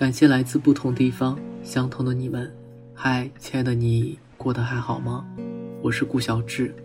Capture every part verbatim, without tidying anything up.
感谢来自不同地方相同的你们。嗨，亲爱的你过得还好吗？我是顾小志。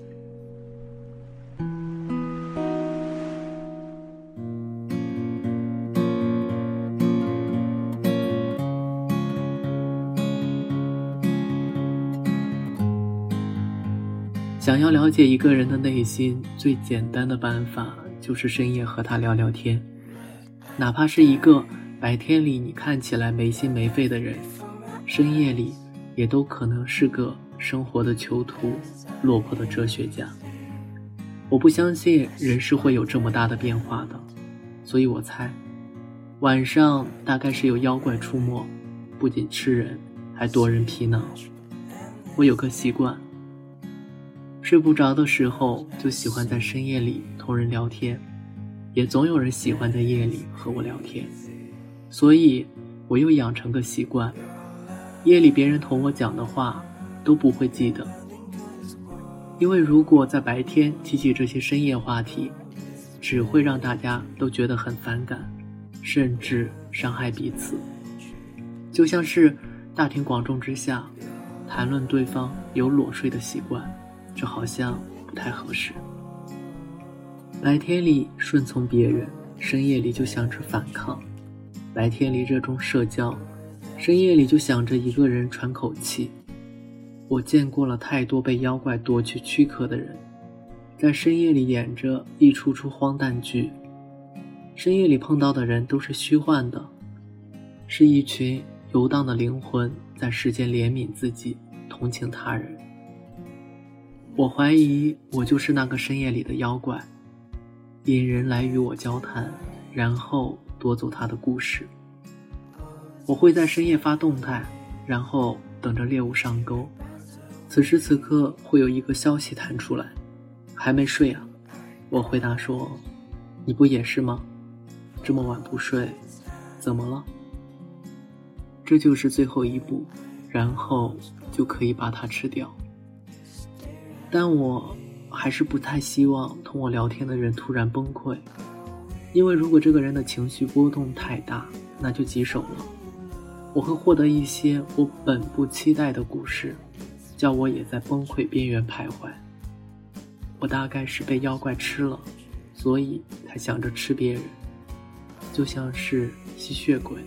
想要了解一个人的内心，最简单的办法就是深夜和他聊聊天。哪怕是一个白天里你看起来没心没肺的人，深夜里也都可能是个生活的囚徒，落魄的哲学家。我不相信人是会有这么大的变化的，所以我猜晚上大概是有妖怪出没，不仅吃人，还夺人皮囊。我有个习惯，睡不着的时候就喜欢在深夜里同人聊天，也总有人喜欢在夜里和我聊天，所以我又养成个习惯，夜里别人同我讲的话都不会记得。因为如果在白天提起这些深夜话题，只会让大家都觉得很反感，甚至伤害彼此。就像是大庭广众之下谈论对方有裸睡的习惯，这好像不太合适。白天里顺从别人，深夜里就想着反抗；白天里热衷社交，深夜里就想着一个人喘口气。我见过了太多被妖怪夺去躯壳的人，在深夜里演着一出出荒诞剧。深夜里碰到的人都是虚幻的，是一群游荡的灵魂在世间怜悯自己，同情他人。我怀疑我就是那个深夜里的妖怪，引人来与我交谈，然后夺走他的故事。我会在深夜发动态，然后等着猎物上钩。此时此刻会有一个消息弹出来，还没睡啊？我回答说，你不也是吗？这么晚不睡，怎么了？这就是最后一步，然后就可以把它吃掉。但我还是不太希望同我聊天的人突然崩溃，因为如果这个人的情绪波动太大，那就棘手了。我会获得一些我本不期待的故事，叫我也在崩溃边缘徘徊。我大概是被妖怪吃了，所以才想着吃别人，就像是吸血鬼。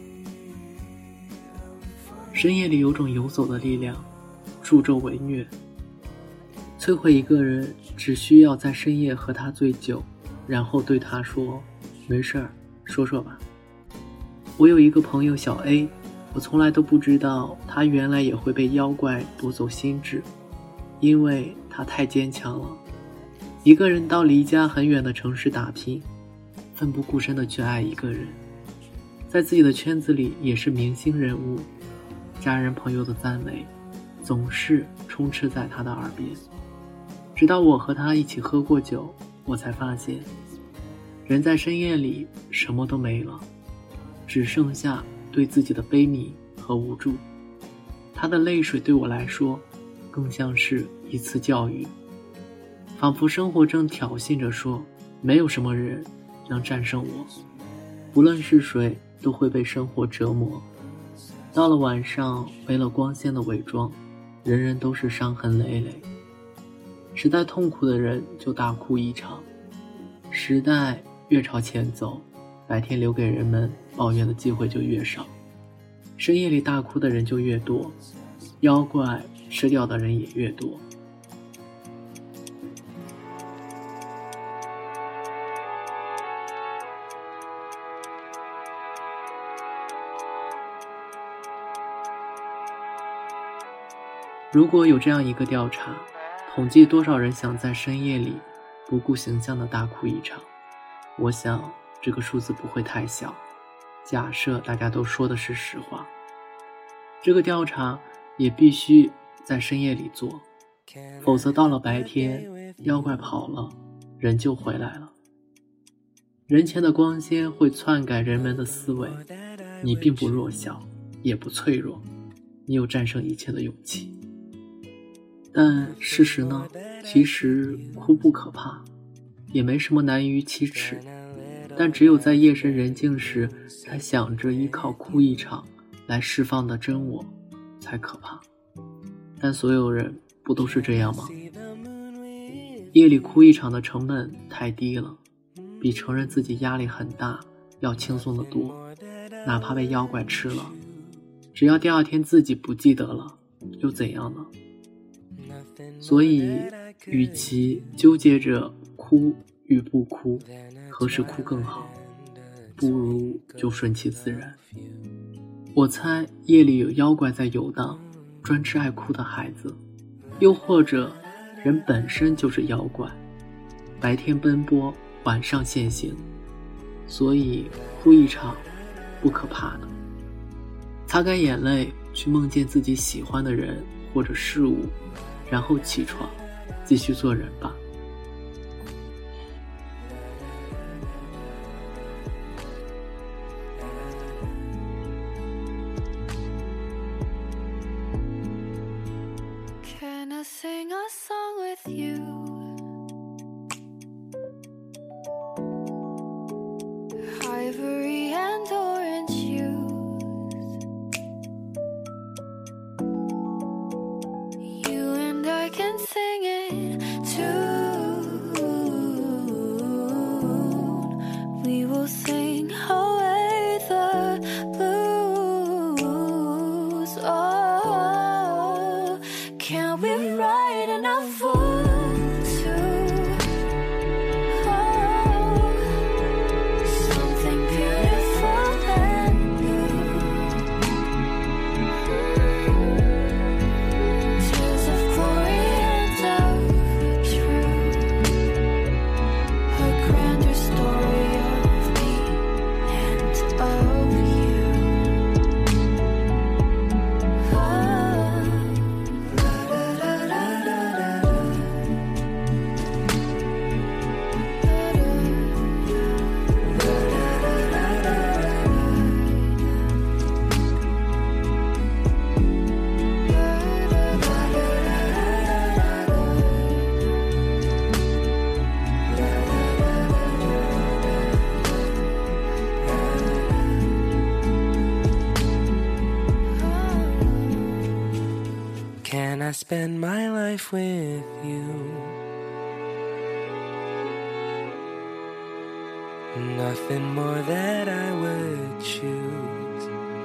深夜里有种游走的力量，助纣为虐。摧毁一个人只需要在深夜和他醉酒，然后对他说，没事儿，说说吧。我有一个朋友小 A， 我从来都不知道他原来也会被妖怪夺走心智，因为他太坚强了，一个人到离家很远的城市打拼，奋不顾身地去爱一个人，在自己的圈子里也是明星人物，家人朋友的赞美总是充斥在他的耳边。直到我和他一起喝过酒，我才发现人在深夜里什么都没了，只剩下对自己的悲悯和无助。他的泪水对我来说更像是一次教育，仿佛生活正挑衅着说，没有什么人能战胜我，无论是谁都会被生活折磨。到了晚上，没了光鲜的伪装，人人都是伤痕累累。时代痛苦的人就大哭一场，时代越朝前走，白天留给人们抱怨的机会就越少，深夜里大哭的人就越多，妖怪吃掉的人也越多。如果有这样一个调查，统计多少人想在深夜里不顾形象的大哭一场，我想这个数字不会太小。假设大家都说的是实话，这个调查也必须在深夜里做，否则到了白天，妖怪跑了，人就回来了。人前的光鲜会篡改人们的思维，你并不弱小，也不脆弱，你有战胜一切的勇气。但事实呢，其实哭不可怕，也没什么难于启齿，但只有在夜深人静时才想着依靠哭一场， 来释放的真我才可怕。但所有人不都是这样吗？夜里哭一场的成本太低了，比承认自己压力很大要轻松得多。哪怕被妖怪吃了，只要第二天自己不记得了，又怎样呢？所以与其纠结着哭与不哭，何时哭更好，不如就顺其自然。我猜夜里有妖怪在游荡，专吃爱哭的孩子，又或者人本身就是妖怪，白天奔波，晚上现形，所以哭一场不可怕的。擦干眼泪，去梦见自己喜欢的人或者事物，然后起床，继续做人吧。 Can I sing a song with you? Ivory and orange hues, you and I can sing it too. We will sing away the blues. Oh, can we write enough for Can I spend my life with you? Nothing more that I would choose,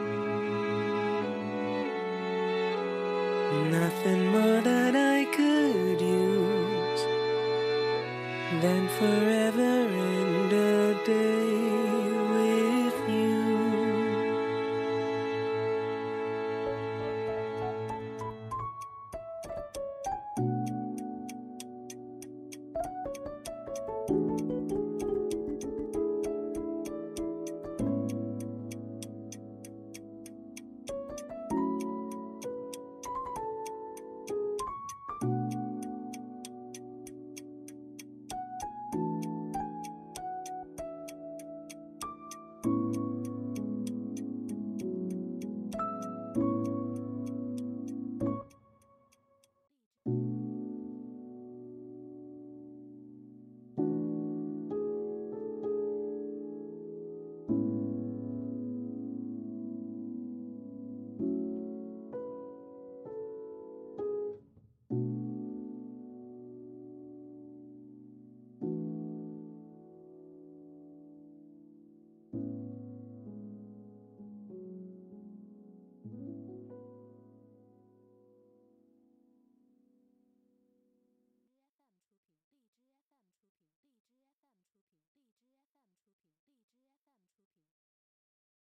nothing more that I could use than forever and a day.